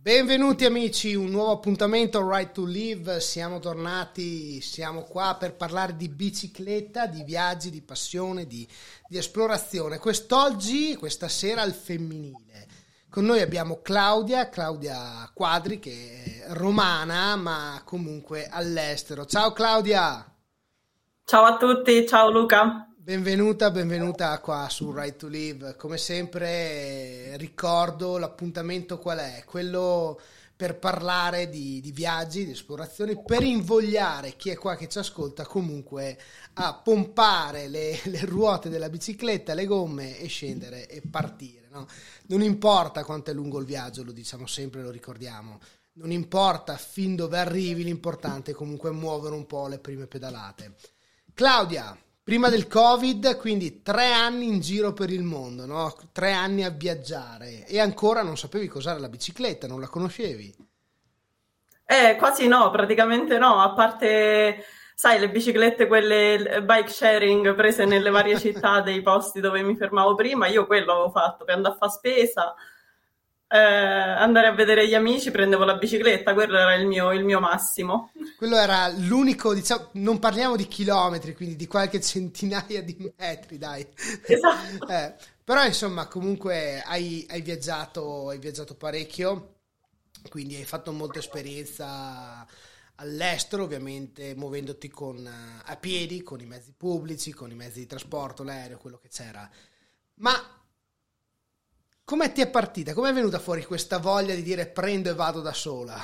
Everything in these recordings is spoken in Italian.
Benvenuti amici, un nuovo appuntamento Right to Live, siamo tornati, siamo qua per parlare di bicicletta, di viaggi, di passione, di esplorazione. Questa sera al femminile. Con noi abbiamo Claudia Quadri, che è romana ma comunque all'estero. Ciao Claudia! Ciao a tutti, ciao Luca. Benvenuta qua su Right to Live. Come sempre ricordo l'appuntamento qual è? Quello per parlare di viaggi, di esplorazioni, per invogliare chi è qua che ci ascolta comunque a pompare le ruote della bicicletta, le gomme e scendere e partire, no? Non importa quanto è lungo il viaggio, lo diciamo sempre, lo ricordiamo. Non importa fin dove arrivi, l'importante è comunque muovere un po' le prime pedalate. Claudia, prima del Covid, quindi 3 anni in giro per il mondo, no? 3 anni a viaggiare e ancora non sapevi cos'era la bicicletta, non la conoscevi? Quasi no, praticamente no, a parte, sai, le biciclette, quelle bike sharing prese nelle varie città dei posti dove mi fermavo prima, io quello avevo fatto per andare a fare spesa, andare a vedere gli amici, prendevo la bicicletta, quello era il mio massimo. Quello era l'unico, diciamo, non parliamo di chilometri, quindi di qualche centinaia di metri, dai. Esatto. Però insomma, comunque hai viaggiato parecchio, quindi hai fatto molta esperienza all'estero, ovviamente muovendoti a piedi, con i mezzi pubblici, con i mezzi di trasporto, l'aereo, quello che c'era. Ma come ti è partita? Come è venuta fuori questa voglia di dire prendo e vado da sola?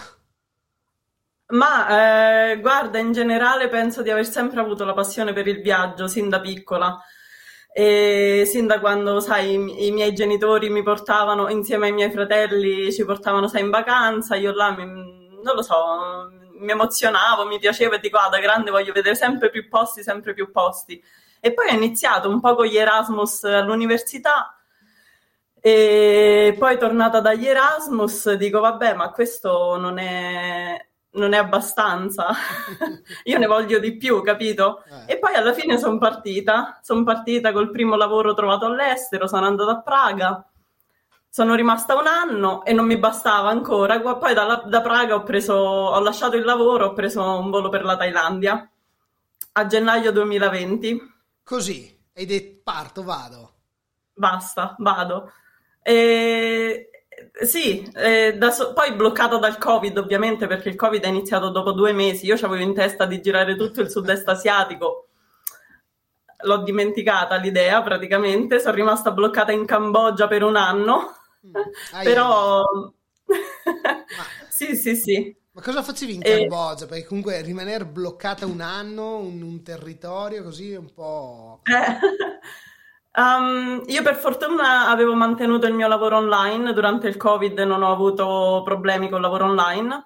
Ma guarda, in generale penso di aver sempre avuto la passione per il viaggio, sin da piccola. E sin da quando, sai, i miei genitori mi portavano insieme ai miei fratelli, ci portavano, sai, in vacanza, io là, non lo so, mi emozionavo, mi piaceva e dico, da grande voglio vedere sempre più posti, sempre più posti. E poi ho iniziato un po' con gli Erasmus all'università e poi tornata dagli Erasmus dico, vabbè, ma questo non è abbastanza, io ne voglio di più, capito? E poi alla fine sono partita col primo lavoro trovato all'estero, sono andata a Praga, sono rimasta un anno e non mi bastava ancora, poi da Praga ho lasciato il lavoro, ho preso un volo per la Thailandia a gennaio 2020. Così, hai detto parto, vado. Basta, vado. Sì, poi bloccata dal Covid ovviamente perché il Covid è iniziato dopo 2 mesi, io avevo in testa di girare tutto il sud-est asiatico, l'ho dimenticata l'idea praticamente, sono rimasta bloccata in Cambogia per un anno, però Ma, sì. ma cosa facevi in Cambogia? Perché comunque rimanere bloccata un anno in un territorio così è un po'... Io per fortuna avevo mantenuto il mio lavoro online, durante il Covid non ho avuto problemi col lavoro online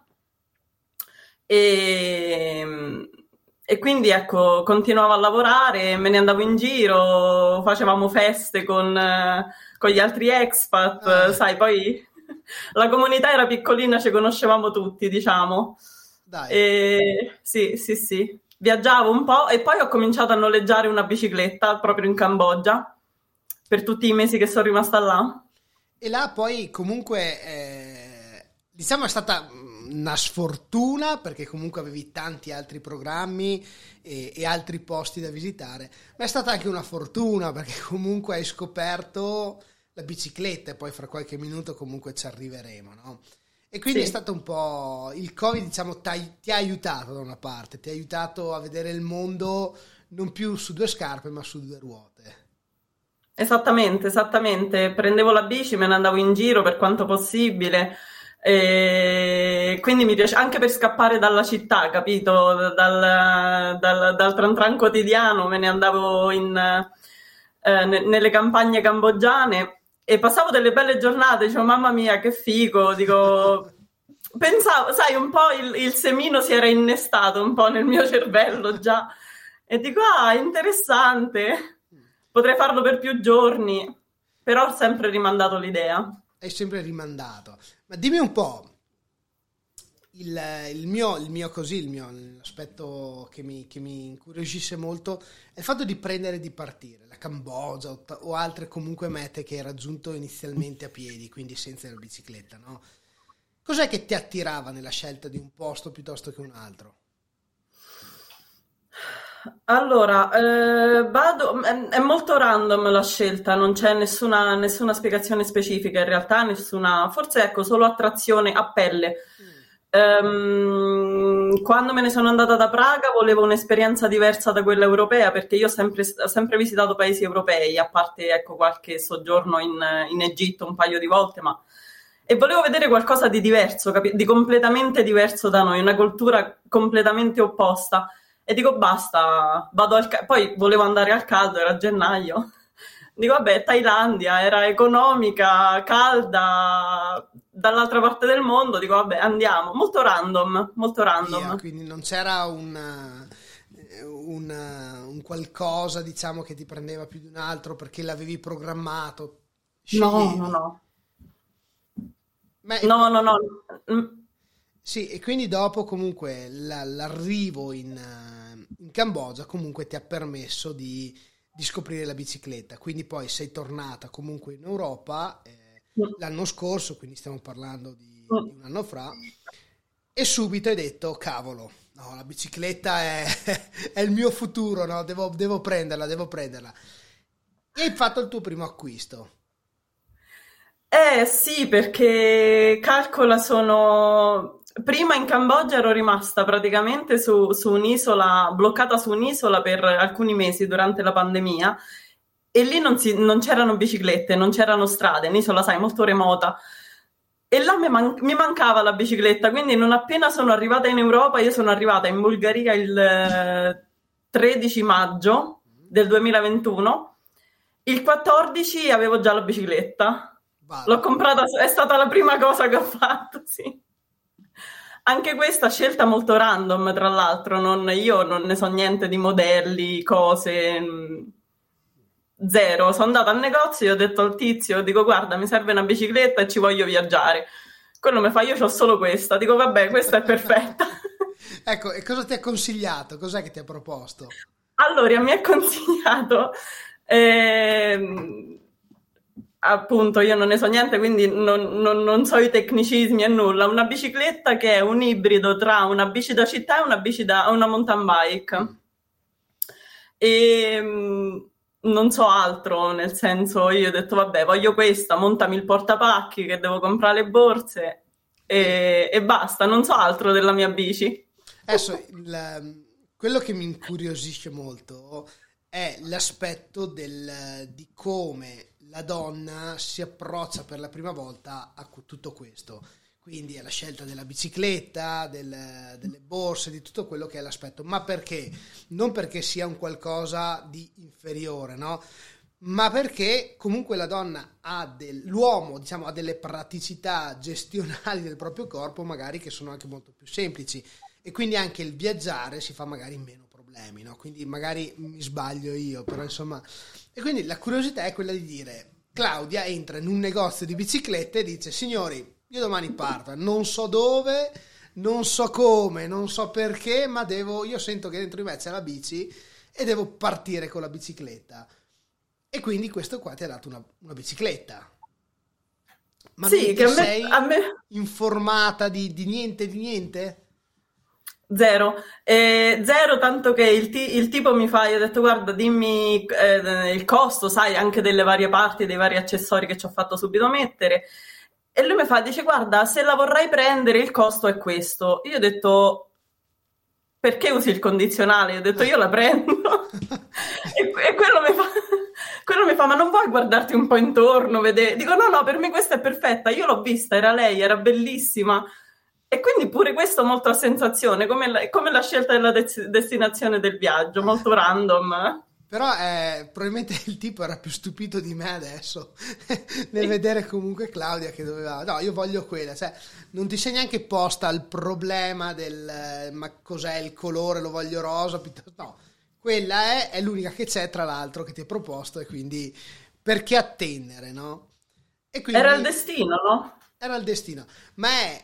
e quindi ecco, continuavo a lavorare, me ne andavo in giro, facevamo feste con gli altri expat, sai, poi la comunità era piccolina, ci conoscevamo tutti, diciamo. Dai. Sì. Viaggiavo un po' e poi ho cominciato a noleggiare una bicicletta proprio in Cambogia per tutti i mesi che sono rimasta là. E là poi comunque, diciamo è stata una sfortuna perché comunque avevi tanti altri programmi e altri posti da visitare, ma è stata anche una fortuna perché comunque hai scoperto la bicicletta e poi fra qualche minuto comunque ci arriveremo, no? E quindi Sì. è stato un po' il Covid, diciamo, ti ha aiutato da una parte, ti ha aiutato a vedere il mondo non più su 2 scarpe ma su 2 ruote. Esattamente. Prendevo la bici, me ne andavo in giro per quanto possibile. E quindi mi piace anche per scappare dalla città, capito? Dal tran tran quotidiano, me ne andavo nelle campagne cambogiane e passavo delle belle giornate, dicevo, mamma mia, che figo, dico. Pensavo, sai, un po' il semino si era innestato un po' nel mio cervello già e dico, interessante, potrei farlo per più giorni, però ho sempre rimandato l'idea. Hai sempre rimandato. Ma dimmi un po', l'aspetto che mi incuriosisce molto è il fatto di prendere e di partire, la Cambogia o altre comunque mete che hai raggiunto inizialmente a piedi, quindi senza la bicicletta, no? Cos'è che ti attirava nella scelta di un posto piuttosto che un altro? Allora, è molto random la scelta, non c'è nessuna spiegazione specifica in realtà, forse ecco, solo attrazione a pelle. Mm. Quando me ne sono andata da Praga volevo un'esperienza diversa da quella europea perché io ho sempre visitato paesi europei, a parte ecco, qualche soggiorno in Egitto un paio di volte, e volevo vedere qualcosa di diverso, di completamente diverso da noi, una cultura completamente opposta. E dico basta, poi volevo andare al caldo, era gennaio. Dico vabbè, Thailandia era economica, calda, dall'altra parte del mondo, dico vabbè, andiamo. Molto random, molto Via, random. quindi non c'era un qualcosa, diciamo, che ti prendeva più di un altro perché l'avevi programmato, No, no, sceglievi. no. Ma No, no, no. Mm. sì, e quindi dopo comunque l'arrivo in Cambogia comunque ti ha permesso di scoprire la bicicletta, quindi poi sei tornata comunque in Europa l'anno scorso, quindi stiamo parlando di un anno fa, e subito hai detto, cavolo, no, la bicicletta è, è il mio futuro, no? Devo prenderla, devo prenderla. E hai fatto il tuo primo acquisto. Sì, perché calcola sono... Prima in Cambogia ero rimasta praticamente su un'isola, bloccata su un'isola per alcuni mesi durante la pandemia e lì non c'erano biciclette, non c'erano strade, un'isola, sai, molto remota. E là mi mancava la bicicletta, quindi non appena sono arrivata in Europa, io sono arrivata in Bulgaria il 13 maggio del 2021, il 14 avevo già la bicicletta. L'ho Vado. comprata, è stata la prima cosa che ho fatto, sì. Anche questa scelta molto random, tra l'altro, io non ne so niente di modelli, cose, zero. Sono andata al negozio e ho detto al tizio, dico guarda, mi serve una bicicletta e ci voglio viaggiare. Quello mi fa, io ho solo questa. Dico vabbè, questa è perfetta. Ecco, e cosa ti ha consigliato? Cos'è che ti ha proposto? Allora, mi ha consigliato, ehm, appunto, io non ne so niente, quindi non so i tecnicismi e nulla. Una bicicletta che è un ibrido tra una bici da città e una mountain bike. Mm. E non so altro, nel senso, io ho detto, vabbè, voglio questa, montami il portapacchi che devo comprare le borse Sì. e basta, non so altro della mia bici. Adesso, quello che mi incuriosisce molto è l'aspetto di come la donna si approccia per la prima volta a tutto questo. Quindi è la scelta della bicicletta, delle borse, di tutto quello che è l'aspetto. Ma perché? Non perché sia un qualcosa di inferiore, no? Ma perché comunque la donna l'uomo, diciamo, ha delle praticità gestionali del proprio corpo, magari che sono anche molto più semplici e quindi anche il viaggiare si fa magari meno problemi, no? Quindi magari mi sbaglio io, però insomma... E quindi la curiosità è quella di dire, Claudia entra in un negozio di biciclette e dice, signori, io domani parto, non so dove, non so come, non so perché, ma io sento che dentro di me c'è la bici e devo partire con la bicicletta. E quindi questo qua ti ha dato una bicicletta. Ma non Sì, che ti a sei me informata di niente, di niente? zero. Zero, tanto che il tipo mi fa, io ho detto guarda, dimmi il costo, sai, anche delle varie parti, dei vari accessori che ci ho fatto subito mettere. E lui mi fa, dice guarda, se la vorrai prendere il costo è questo. Io ho detto perché usi il condizionale? Io ho detto io la prendo. E quello mi fa, ma non vuoi guardarti un po' intorno, vedere? Dico no, no, per me questa è perfetta, io l'ho vista, era lei, era bellissima. E quindi pure questo molto a sensazione, come la scelta della destinazione del viaggio, molto random. Però probabilmente il tipo era più stupito di me adesso nel vedere comunque Claudia che doveva... No, io voglio quella, cioè non ti sei neanche posta al problema del ma cos'è il colore, lo voglio rosa, piuttosto... No, quella è l'unica che c'è tra l'altro che ti ho proposto e quindi perché attendere, no? E Era il quindi destino, no? era il destino. Ma è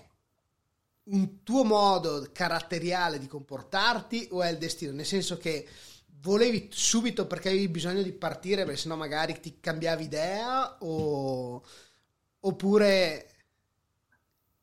un tuo modo caratteriale di comportarti o è il destino? Nel senso che volevi subito perché avevi bisogno di partire perché sennò magari ti cambiavi idea oppure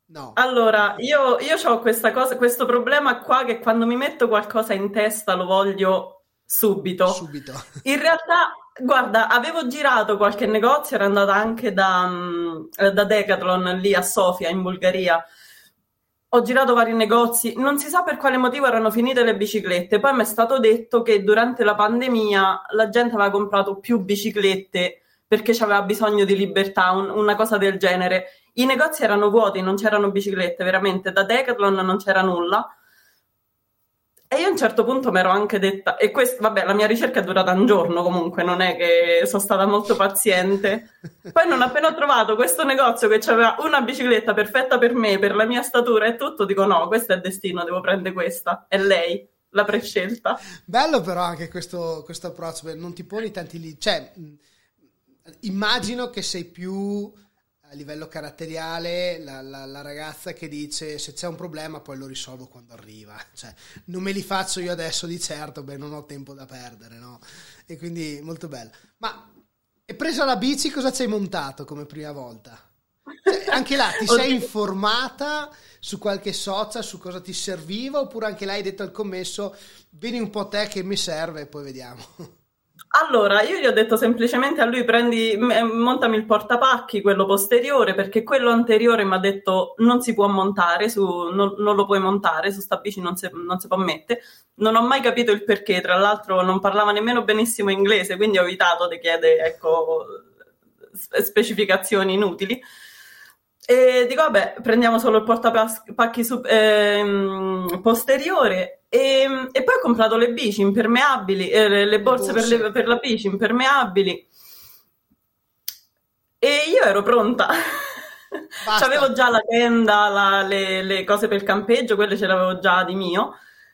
No, Allora, io ho questa cosa, questo problema qua che quando mi metto qualcosa in testa lo voglio subito. subito. In realtà, guarda, avevo girato qualche negozio, ero andata anche da Decathlon lì a Sofia, in Bulgaria. Ho girato vari negozi, non si sa per quale motivo erano finite le biciclette. Poi mi è stato detto che durante la pandemia la gente aveva comprato più biciclette perché aveva bisogno di libertà, una cosa del genere. I negozi erano vuoti, non c'erano biciclette, veramente, da Decathlon non c'era nulla. E io a un certo punto mi ero anche detta, e questo, vabbè, la mia ricerca è durata un giorno comunque, non è che sono stata molto paziente. Poi non appena ho trovato questo negozio che aveva una bicicletta perfetta per me, per la mia statura e tutto, dico no, questo è il destino, devo prendere questa. È lei, la prescelta. Bello però anche questo approccio, beh, non ti poni tanti lì, cioè immagino che sei più a livello caratteriale la ragazza che dice se c'è un problema poi lo risolvo quando arriva, cioè non me li faccio io adesso di certo, beh non ho tempo da perdere, no? E quindi molto bello. Ma e presa la bici cosa ci hai montato come prima volta? Cioè, anche là ti sei Oddio. informata su qualche social, su cosa ti serviva, oppure anche là hai detto al commesso, vieni un po' te che mi serve e poi vediamo. Allora, io gli ho detto semplicemente a lui montami il portapacchi, quello posteriore, perché quello anteriore mi ha detto non si può montare, non lo puoi montare, su sta bici non si può mettere. Non ho mai capito il perché, tra l'altro non parlava nemmeno benissimo inglese, quindi ho evitato di chiedere, ecco, specificazioni inutili. E dico, vabbè, prendiamo solo il portapacchi posteriore e poi ho comprato le bici impermeabili, le Le borse borse, per la bici impermeabili e io ero pronta. C'avevo basta. già la tenda, le cose per il campeggio, quelle ce l'avevo già di mio.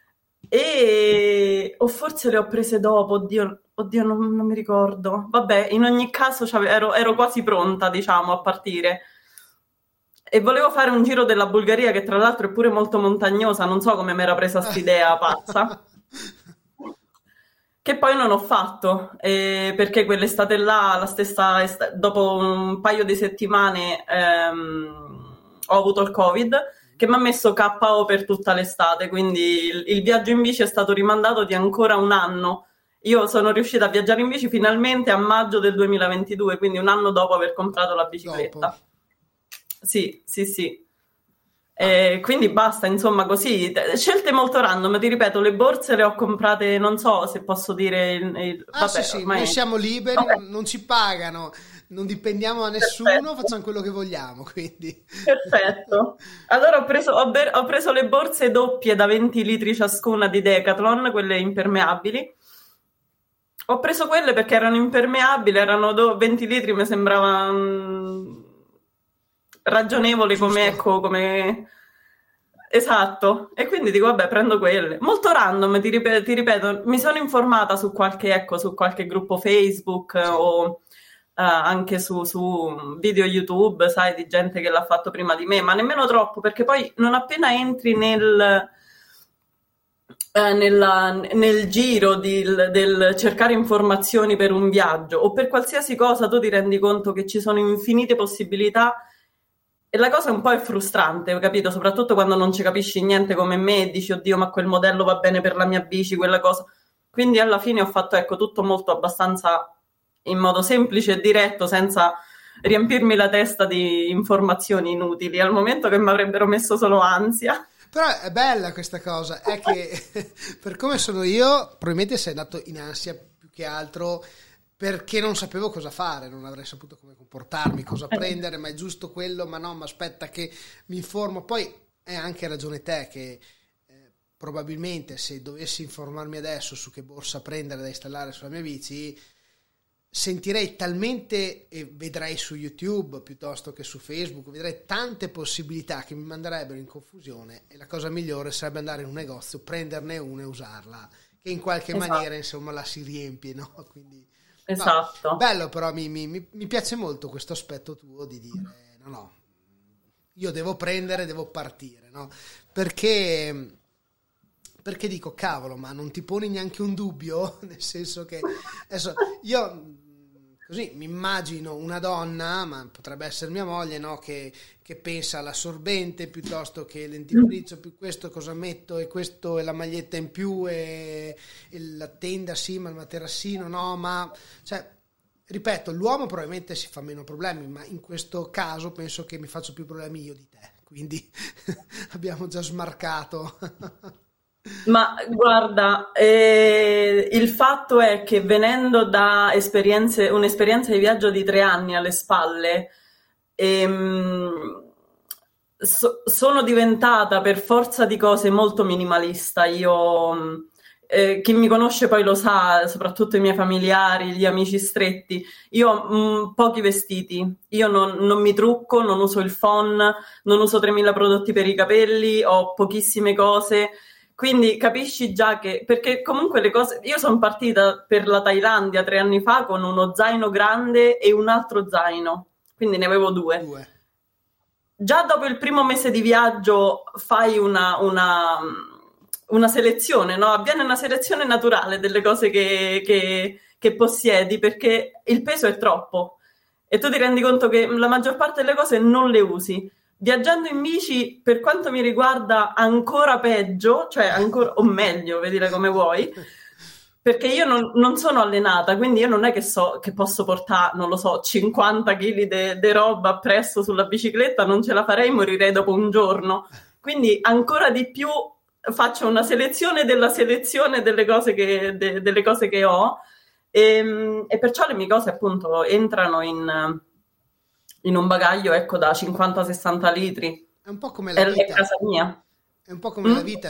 E o forse le ho prese dopo, oddio, non mi ricordo. Vabbè, in ogni caso ero quasi pronta, diciamo, a partire. E volevo fare un giro della Bulgaria, che tra l'altro è pure molto montagnosa, non so come mi era presa st'idea pazza. Che poi non ho fatto, perché quell'estate là, la stessa dopo un paio di settimane, ho avuto il Covid, che mi ha messo KO per tutta l'estate, quindi il viaggio in bici è stato rimandato di ancora un anno. Io sono riuscita a viaggiare in bici finalmente a maggio del 2022, quindi un anno dopo aver comprato la Dopo. bicicletta. Sì, sì, sì. Ah, Quindi basta, insomma, così. Scelte molto random, ti ripeto, le borse le ho comprate, non so se posso dire sì, vabbè, sì, noi ormai. siamo liberi, Vabbè, non ci pagano, non dipendiamo da nessuno, perfetto, facciamo quello che vogliamo, quindi. perfetto. Allora ho preso le borse doppie da 20 litri ciascuna di Decathlon, quelle impermeabili. Ho preso quelle perché erano impermeabili, erano 20 litri, mi sembrava ragionevole come, Giusto. ecco, come. Esatto, e quindi dico, vabbè, prendo quelle. Molto random, ti ripeto, mi sono informata su qualche gruppo Facebook Sì. o anche su video YouTube, sai, di gente che l'ha fatto prima di me, ma nemmeno troppo, perché poi non appena entri nel giro del cercare informazioni per un viaggio o per qualsiasi cosa, tu ti rendi conto che ci sono infinite possibilità e la cosa un po' è frustrante, capito? Soprattutto quando non ci capisci niente come me e dici, oddio, ma quel modello va bene per la mia bici, quella cosa. Quindi alla fine ho fatto, ecco, tutto molto abbastanza in modo semplice e diretto, senza riempirmi la testa di informazioni inutili, al momento che mi avrebbero messo solo ansia. Però è bella questa cosa, è che per come sono io, probabilmente sei andato in ansia più che altro perché non sapevo cosa fare, non avrei saputo come comportarmi, cosa prendere, ma è giusto quello, ma no, ma aspetta che mi informo. Poi è anche ragione te che probabilmente se dovessi informarmi adesso su che borsa prendere da installare sulla mia bici, sentirei talmente, e vedrei su YouTube piuttosto che su Facebook, vedrei tante possibilità che mi manderebbero in confusione e la cosa migliore sarebbe andare in un negozio, prenderne una e usarla, che in qualche Esatto, maniera insomma la si riempie, no? Quindi, no, esatto. bello però mi piace molto questo aspetto tuo di dire no, no, io devo prendere, devo partire, no? Perché perché dico cavolo, ma non ti poni neanche un dubbio? Nel senso che adesso io così mi immagino una donna, ma potrebbe essere mia moglie, no? Che pensa all'assorbente piuttosto che l'antifrizzo, più questo cosa metto, e questo è la maglietta in più, e la tenda sì, ma il materassino no, ma cioè, ripeto, l'uomo probabilmente si fa meno problemi, ma in questo caso penso che mi faccio più problemi io di te, quindi abbiamo già smarcato. Ma guarda, il fatto è che venendo da un'esperienza di viaggio di 3 anni alle spalle, sono diventata per forza di cose molto minimalista. Chi mi conosce poi lo sa, soprattutto i miei familiari, gli amici stretti. Io ho pochi vestiti, io non mi trucco, non uso il phon, non uso 3000 prodotti per i capelli, ho pochissime cose. Quindi capisci già che, perché comunque le cose, io sono partita per la Thailandia 3 anni fa con uno zaino grande e un altro zaino, quindi ne avevo due. Già dopo il primo mese di viaggio fai una selezione, no? Avviene una selezione naturale delle cose che possiedi, perché il peso è troppo e tu ti rendi conto che la maggior parte delle cose non le usi. Viaggiando in bici, per quanto mi riguarda, ancora peggio, cioè ancora, o meglio, vedile come vuoi, perché io non sono allenata, quindi io non è che so che posso portare, non lo so, 50 kg di roba appresso sulla bicicletta, non ce la farei, morirei dopo un giorno. Quindi ancora di più faccio una selezione della selezione delle cose che ho, e perciò le mie cose appunto entrano in un bagaglio, ecco, da 50-60 litri. È un po' come la vita. È casa mia. È un po' come la vita.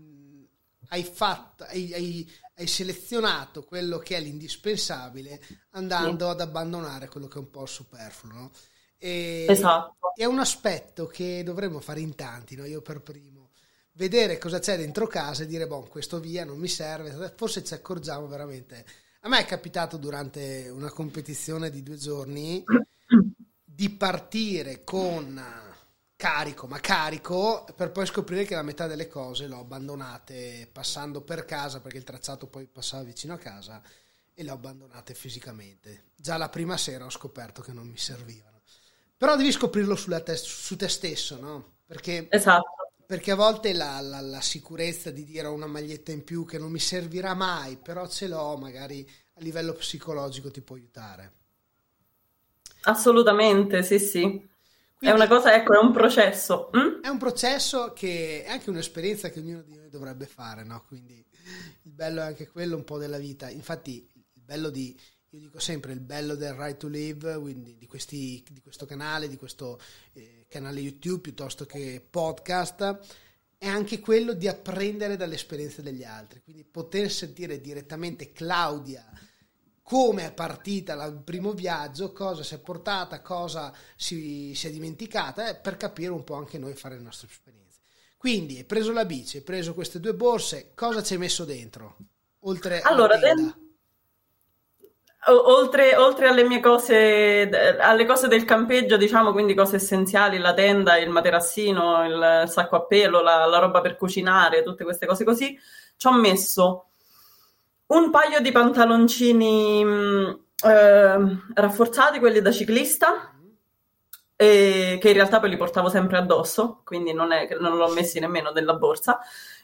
Hai selezionato quello che è l'indispensabile, andando ad abbandonare quello che è un po' il superfluo, no? Esatto. È un aspetto che dovremmo fare in tanti, no? Io per primo. Vedere cosa c'è dentro casa e dire, boh, questo via, non mi serve. Forse ci accorgiamo veramente. A me è capitato durante una competizione di 2 giorni di partire con carico, per poi scoprire che la metà delle cose l'ho abbandonate passando per casa, perché il tracciato poi passava vicino a casa, e le ho abbandonate fisicamente. Già la prima sera ho scoperto che non mi servivano. Però devi scoprirlo su te stesso, no? Esatto. Perché a volte la sicurezza di dire ho una maglietta in più che non mi servirà mai, però ce l'ho, magari a livello psicologico ti può aiutare. Assolutamente, sì, sì. Quindi, è una cosa, ecco, è un processo. È un processo che è anche un'esperienza che ognuno di noi dovrebbe fare, no? Quindi il bello è anche quello un po' della vita. Infatti il bello io dico sempre, il bello del Right to Live, quindi di questo canale, di questo canale YouTube piuttosto che podcast, è anche quello di apprendere dalle esperienze degli altri. Quindi poter sentire direttamente Claudia come è partita il primo viaggio, cosa si è portata, cosa si è dimenticata, per capire un po' anche noi fare le nostre esperienze. Quindi hai preso la bici, hai preso queste 2 borse, cosa ci hai messo dentro? Oltre alla tenda? Oltre alle mie cose, alle cose del campeggio, diciamo, quindi cose essenziali, la tenda, il materassino, il sacco a pelo, la roba per cucinare, tutte queste cose così, ci ho messo un paio di pantaloncini rafforzati, quelli da ciclista, che in realtà poi li portavo sempre addosso, quindi non l'ho messi nemmeno nella borsa.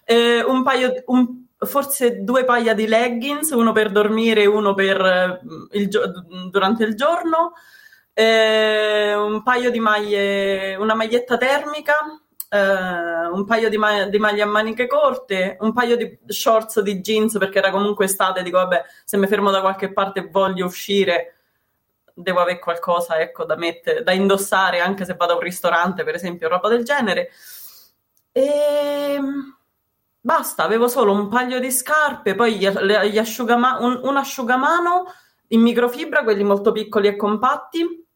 Forse 2 paia di leggings, uno per dormire e uno per durante il giorno, un paio di maglie, una maglietta termica, un paio di maglie a maniche corte, un paio di shorts di jeans, perché era comunque estate, dico vabbè, se mi fermo da qualche parte e voglio uscire devo avere qualcosa, ecco, da indossare, anche se vado a un ristorante, per esempio, roba del genere. E basta, avevo solo un paio di scarpe, poi gli un asciugamano in microfibra, quelli molto piccoli e compatti,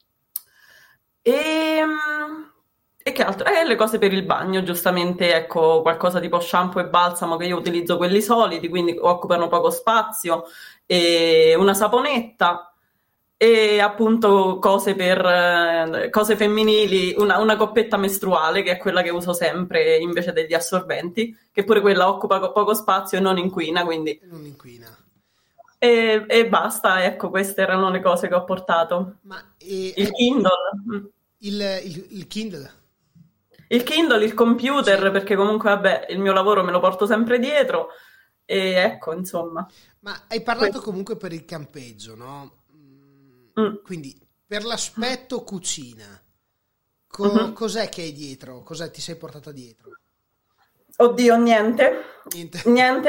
e che altro? Le cose per il bagno, giustamente, ecco, qualcosa tipo shampoo e balsamo, che io utilizzo quelli soliti, quindi occupano poco spazio, e una saponetta, e appunto cose femminili, una coppetta mestruale, che è quella che uso sempre invece degli assorbenti, che pure quella occupa poco spazio e non inquina, quindi... Non inquina. e basta, ecco, queste erano le cose che ho portato. Ma Il Kindle, mm. il Kindle? Il Kindle, il Sì. computer, perché comunque, vabbè, il mio lavoro me lo porto sempre dietro e ecco, insomma, Ma hai parlato questo. comunque per il campeggio, no? Mm. Quindi per l'aspetto cucina, Mhm. cos'è che hai dietro? Cosa ti sei portata dietro? Oddio, niente. Niente. Niente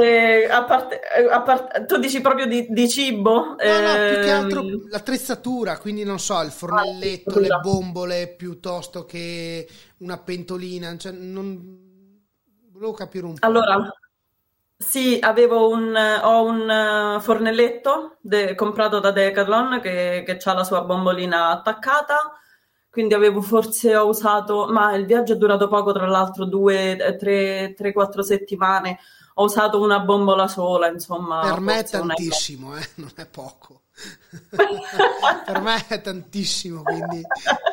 tu dici proprio di cibo? No, no, più che altro l'attrezzatura, quindi non so, il fornelletto, le Addirittura. bombole piuttosto che una pentolina, cioè volevo capire un po'. Allora, sì, ho un fornelletto comprato da Decathlon che ha la sua bombolina attaccata, quindi ho usato, ma il viaggio è durato poco, tra l'altro, 4 settimane. Ho usato una bombola sola, insomma, Per me è forse un euro. tantissimo, non è poco. Per me è tantissimo, quindi...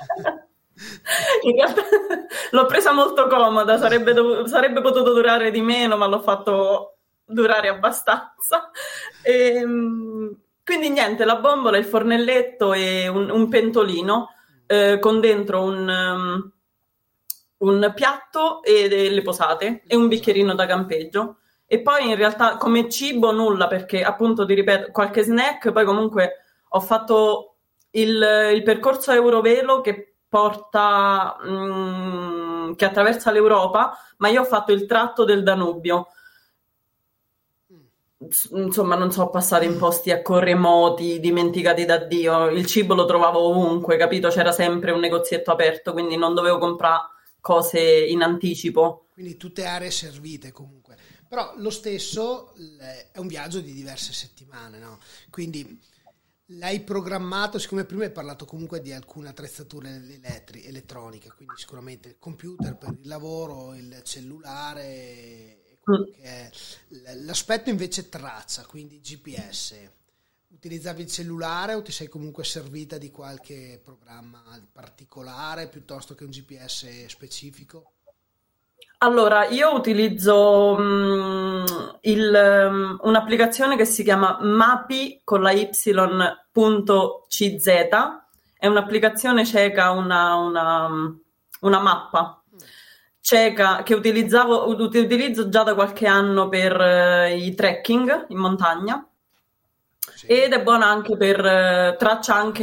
In realtà l'ho presa molto comoda, sarebbe potuto durare di meno, ma l'ho fatto durare abbastanza. Quindi niente, la bombola, il fornelletto e un pentolino con dentro un piatto e le posate e Le un posate. bicchierino da campeggio. E poi in realtà come cibo nulla, perché appunto ti ripeto, qualche snack, poi comunque ho fatto il percorso Eurovelo che porta, che attraversa l'Europa, ma io ho fatto il tratto del Danubio. Insomma, non so, passare in posti ecco remoti, dimenticati da Dio. Il cibo lo trovavo ovunque, capito? C'era sempre un negozietto aperto, quindi non dovevo comprare cose in anticipo. Quindi tutte aree servite comunque. Però lo stesso è un viaggio di diverse settimane, no? Quindi l'hai programmato, siccome prima hai parlato comunque di alcune attrezzature elettroniche, quindi sicuramente il computer per il lavoro, il cellulare e quello Mm. che è l'aspetto invece traccia, quindi GPS. Utilizzavi il cellulare o ti sei comunque servita di qualche programma particolare piuttosto che un GPS specifico? Allora, io utilizzo un'applicazione che si chiama Mapi con la Y.cz, è un'applicazione ceca, una mappa ceca che utilizzo già da qualche anno per i trekking in montagna Sì. ed è buona anche traccia anche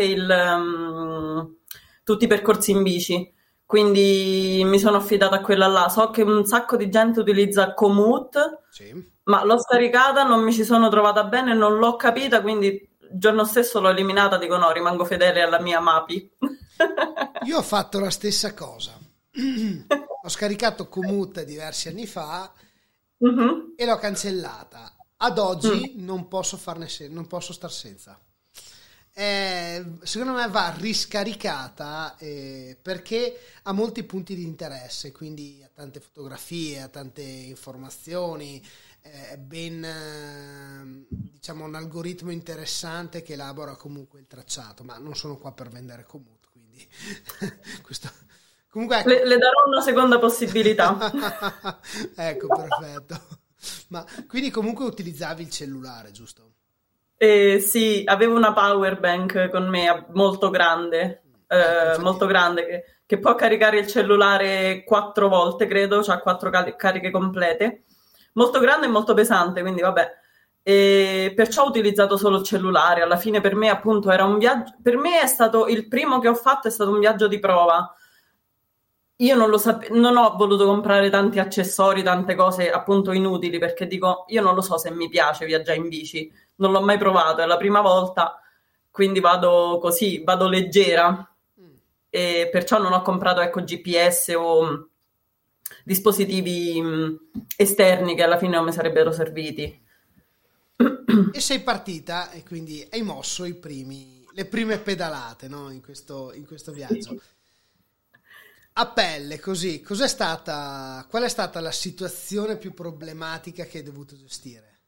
tutti i percorsi in bici. Quindi mi sono affidata a quella là. So che un sacco di gente utilizza Komoot, Sì. ma l'ho scaricata, non mi ci sono trovata bene, non l'ho capita, quindi il giorno stesso l'ho eliminata, dico no, rimango fedele alla mia Mapi. Io ho fatto la stessa cosa. Ho scaricato Komoot diversi anni fa Mhm. e l'ho cancellata. Ad Mm. oggi non posso non posso star senza. Secondo me va riscaricata perché ha molti punti di interesse, quindi ha tante fotografie, ha tante informazioni, è ben, diciamo, un algoritmo interessante che elabora comunque il tracciato, ma non sono qua per vendere Komoot, quindi questo... Comunque ecco. Le darò una seconda possibilità. Ecco, perfetto. Ma quindi comunque utilizzavi il cellulare, giusto? Sì, avevo una power bank con me Ecco, infatti, molto grande che può caricare il cellulare 4 volte, credo, c'ha 4 cariche complete. Molto grande e molto pesante, quindi vabbè. E perciò ho utilizzato solo il cellulare. Alla fine per me appunto era un viaggio, per me è stato il primo che ho fatto, è stato un viaggio di prova. Io non ho voluto comprare tanti accessori, tante cose appunto inutili, perché dico, io non lo so se mi piace viaggiare in bici, non l'ho mai provato, è la prima volta, quindi vado così, vado leggera mm. e perciò non ho comprato ecco GPS o dispositivi esterni che alla fine non mi sarebbero serviti. E sei partita e quindi hai mosso le prime pedalate, no? In questo viaggio. A pelle, così, qual è stata la situazione più problematica che hai dovuto gestire?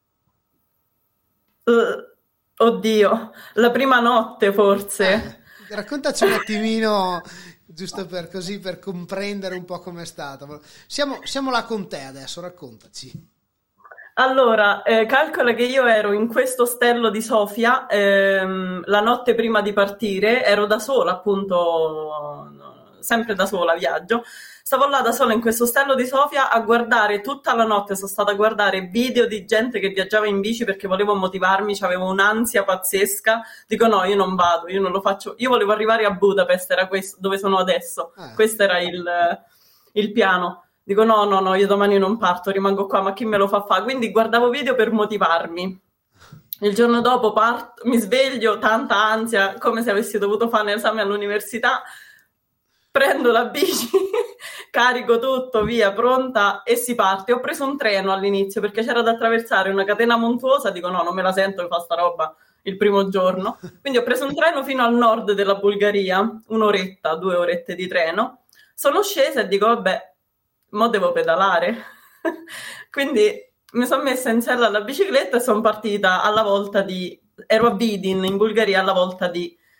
Oddio, la prima notte forse. Raccontaci un attimino, giusto per così, per comprendere un po' com'è stata. Siamo là con te adesso, raccontaci. Allora, calcola che io ero in questo ostello di Sofia la notte prima di partire, ero da sola, appunto, sempre da sola, viaggio. Stavo là da sola in questo ostello di Sofia a guardare tutta la notte, sono stata a guardare video di gente che viaggiava in bici perché volevo motivarmi, avevo un'ansia pazzesca. Dico no, io non vado, io non lo faccio. Io volevo arrivare a Budapest, era questo, dove sono adesso. Questo era il piano. Dico no, io domani non parto, rimango qua, ma chi me lo fa fare? Quindi guardavo video per motivarmi. Il giorno dopo mi sveglio, tanta ansia, come se avessi dovuto fare un esame all'università. Prendo la bici, carico tutto, via, pronta e si parte. Ho preso un treno all'inizio perché c'era da attraversare una catena montuosa, dico no, non me la sento di fare sta roba il primo giorno. Quindi ho preso un treno fino al nord della Bulgaria, 1 oretta, 2 orette di treno. Sono scesa e dico vabbè, mo devo pedalare. Quindi mi sono messa in sella alla bicicletta e sono partita alla volta ero a Vidin in Bulgaria alla volta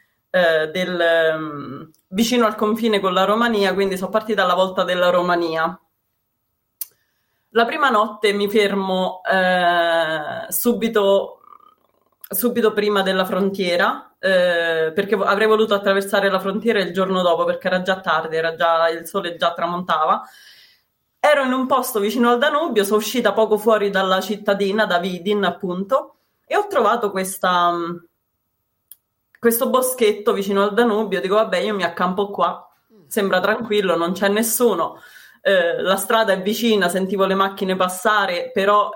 vicino al confine con la Romania, quindi sono partita alla volta della Romania. La prima notte mi fermo subito prima della frontiera, perché avrei voluto attraversare la frontiera il giorno dopo perché era già tardi, il sole già tramontava. Ero in un posto vicino al Danubio, sono uscita poco fuori dalla cittadina, da Vidin appunto, e ho trovato questo boschetto vicino al Danubio. Dico vabbè, io mi accampo qua, sembra tranquillo, non c'è nessuno, la strada è vicina, sentivo le macchine passare, però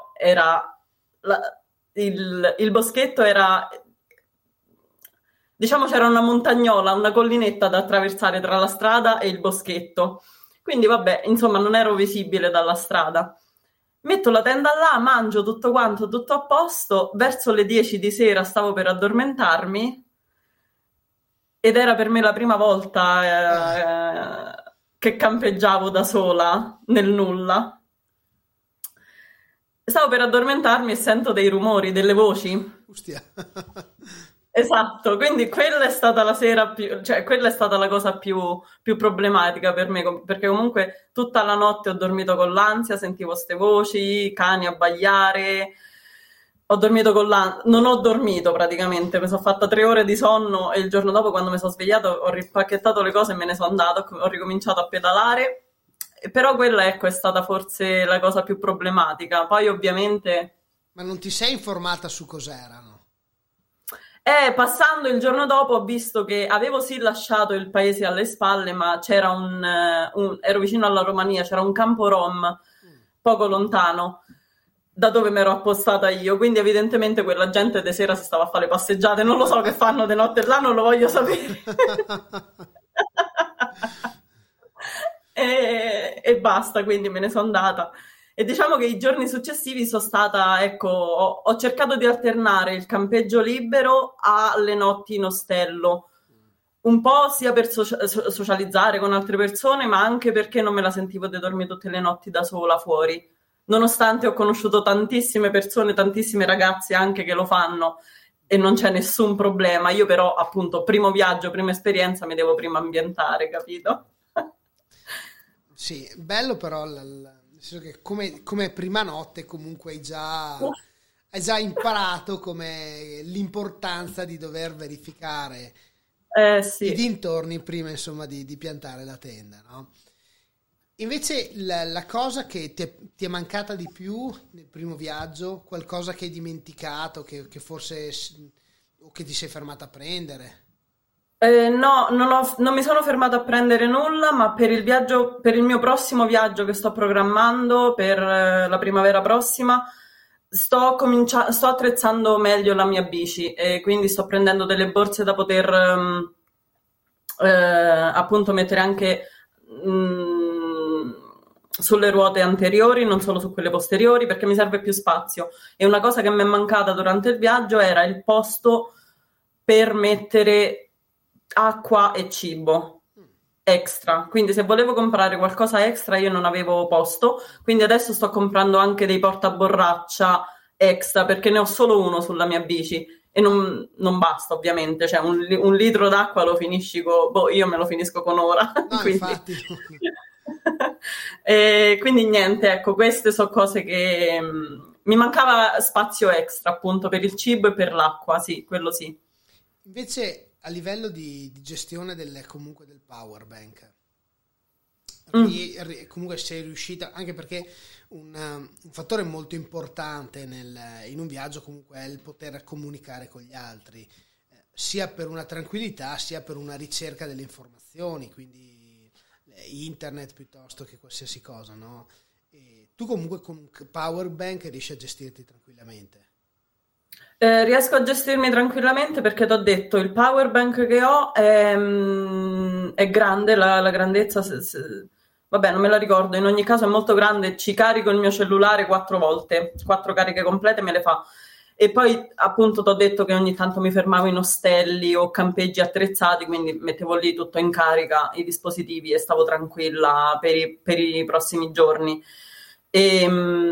il boschetto era, diciamo, c'era una montagnola, una collinetta da attraversare tra la strada e il boschetto, quindi vabbè, insomma non ero visibile dalla strada. Metto la tenda là, mangio tutto quanto, tutto a posto, verso le 10 di sera stavo per addormentarmi ed era per me la prima volta che campeggiavo da sola nel nulla. Stavo per addormentarmi e sento dei rumori, delle voci. Ostia. Esatto, quindi quella è stata la sera quella è stata la cosa più problematica per me, perché comunque tutta la notte ho dormito con l'ansia, sentivo ste voci, cani abbaiare, ho dormito con l'ansia, non ho dormito praticamente, mi sono fatta 3 ore di sonno e il giorno dopo quando mi sono svegliato ho ripacchettato le cose e me ne sono andato, ho ricominciato a pedalare, però quella ecco è stata forse la cosa più problematica, poi ovviamente... Ma non ti sei informata su cos'erano? Passando il giorno dopo ho visto che avevo sì lasciato il paese alle spalle, ma c'era ero vicino alla Romania, c'era un campo rom poco lontano da dove mi ero appostata io, quindi evidentemente quella gente di sera si stava a fare le passeggiate, non lo so che fanno di notte là, non lo voglio sapere. E basta, quindi me ne sono andata. E diciamo che i giorni successivi sono stata, ecco, ho cercato di alternare il campeggio libero alle notti in ostello, un po' sia per socializzare con altre persone, ma anche perché non me la sentivo di dormire tutte le notti da sola fuori, nonostante ho conosciuto tantissime persone, tantissime ragazze anche che lo fanno e non c'è nessun problema. Io però, appunto, primo viaggio, prima esperienza, mi devo prima ambientare, capito? Sì, bello però nel senso che come prima notte comunque hai già imparato come l'importanza di dover verificare sì. i dintorni prima insomma di piantare la tenda, no? Invece la cosa che ti è mancata di più nel primo viaggio, qualcosa che hai dimenticato, che forse o che ti sei fermata a prendere? No, non mi sono fermata a prendere nulla, ma per il mio prossimo viaggio che sto programmando per la primavera prossima, sto attrezzando meglio la mia bici e quindi sto prendendo delle borse da poter appunto mettere anche sulle ruote anteriori, non solo su quelle posteriori, perché mi serve più spazio. E una cosa che mi è mancata durante il viaggio era il posto per mettere acqua e cibo extra, quindi se volevo comprare qualcosa extra io non avevo posto, quindi adesso sto comprando anche dei portaborraccia extra perché ne ho solo uno sulla mia bici e non basta ovviamente, cioè un litro d'acqua lo finisci io me lo finisco con ora. No, quindi... infatti. E quindi niente, ecco, queste sono cose che mi mancava spazio extra appunto per il cibo e per l'acqua, sì, quello sì. Invece a livello di gestione comunque del power bank, Mm. comunque sei riuscita, anche perché un fattore molto importante in un viaggio comunque è il poter comunicare con gli altri, sia per una tranquillità sia per una ricerca delle informazioni, quindi internet piuttosto che qualsiasi cosa, no? E tu comunque con un power bank riesci a gestirti tranquillamente. Riesco a gestirmi tranquillamente perché ti ho detto, il power bank che ho è grande, la grandezza, vabbè, non me la ricordo, in ogni caso è molto grande, ci carico il mio cellulare 4 volte, 4 cariche complete me le fa. E poi appunto ti ho detto che ogni tanto mi fermavo in ostelli o campeggi attrezzati, quindi mettevo lì tutto in carica, i dispositivi, e stavo tranquilla per i prossimi giorni. E,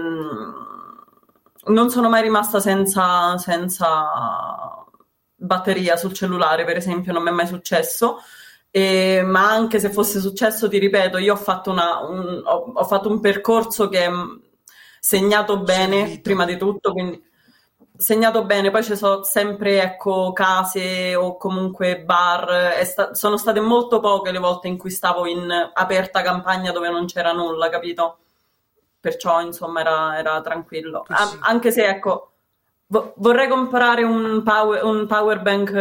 non sono mai rimasta senza batteria sul cellulare, per esempio, non mi è mai successo. Ma anche se fosse successo, ti ripeto, io ho fatto ho fatto un percorso che è segnato bene, Servito. prima di tutto, quindi segnato bene, poi ci sono sempre, ecco, case o comunque bar, sono state molto poche le volte in cui stavo in aperta campagna dove non c'era nulla, capito? Perciò insomma era tranquillo. Sì. Anche se, ecco, vorrei comprare un power bank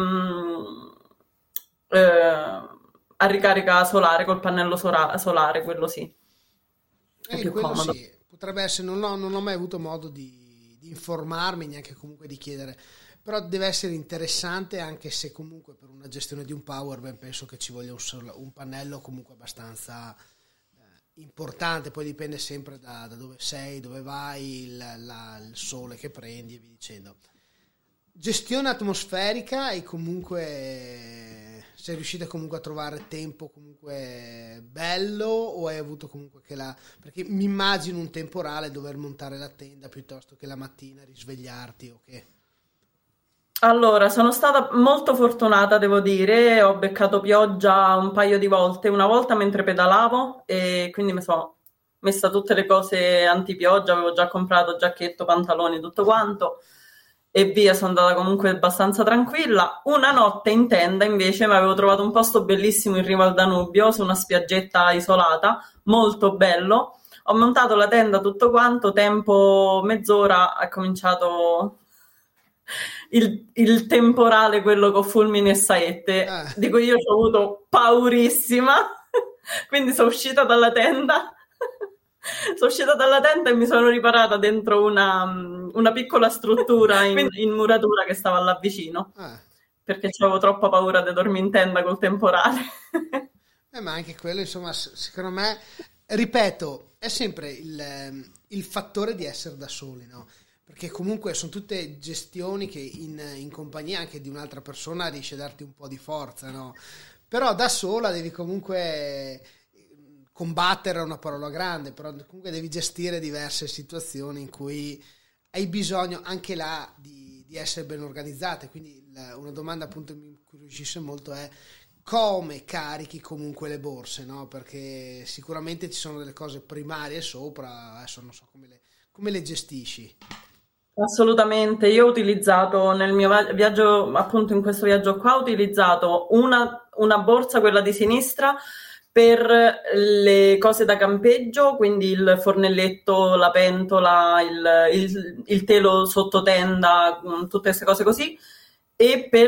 a ricarica solare, col pannello solare, quello sì, è più Quello comodo. sì, potrebbe essere, non ho mai avuto modo di informarmi, neanche comunque di chiedere, però deve essere interessante, anche se comunque per una gestione di un power bank penso che ci voglia un pannello comunque abbastanza importante, poi dipende sempre da dove sei, dove vai, il sole che prendi e via dicendo. Gestione atmosferica e comunque sei riuscita comunque a trovare tempo comunque bello, o hai avuto comunque perché mi immagino un temporale, dover montare la tenda piuttosto che la mattina risvegliarti o che... Allora, sono stata molto fortunata, devo dire, ho beccato pioggia un paio di volte, una volta mentre pedalavo e quindi mi sono messa tutte le cose antipioggia, avevo già comprato giacchetto, pantaloni, tutto quanto e via, sono andata comunque abbastanza tranquilla. Una notte in tenda invece mi avevo trovato un posto bellissimo in riva al Danubio, su una spiaggetta isolata, molto bello. Ho montato la tenda, tutto quanto, tempo mezz'ora, ha cominciato il temporale, quello con fulmini e saette, di cui io ho avuto paurissima, quindi sono uscita dalla tenda. Sono uscita dalla tenda e mi sono riparata dentro una piccola struttura in muratura che stava là vicino, perché avevo troppa paura di dormire in tenda col temporale. Ma anche quello, insomma, secondo me, ripeto, è sempre il fattore di essere da soli, no? Perché comunque sono tutte gestioni che in compagnia anche di un'altra persona riesce a darti un po' di forza, no? Però da sola devi comunque combattere, è una parola grande, però comunque devi gestire diverse situazioni in cui hai bisogno anche là di essere ben organizzate. Quindi una domanda appunto che mi incuriosisce molto è: come carichi comunque le borse, no? Perché sicuramente ci sono delle cose primarie sopra, adesso non so come le gestisci. Assolutamente, io ho utilizzato nel mio viaggio, appunto in questo viaggio qua, ho utilizzato una borsa, quella di sinistra, per le cose da campeggio, quindi il fornelletto, la pentola, il telo sottotenda, tutte queste cose così, e per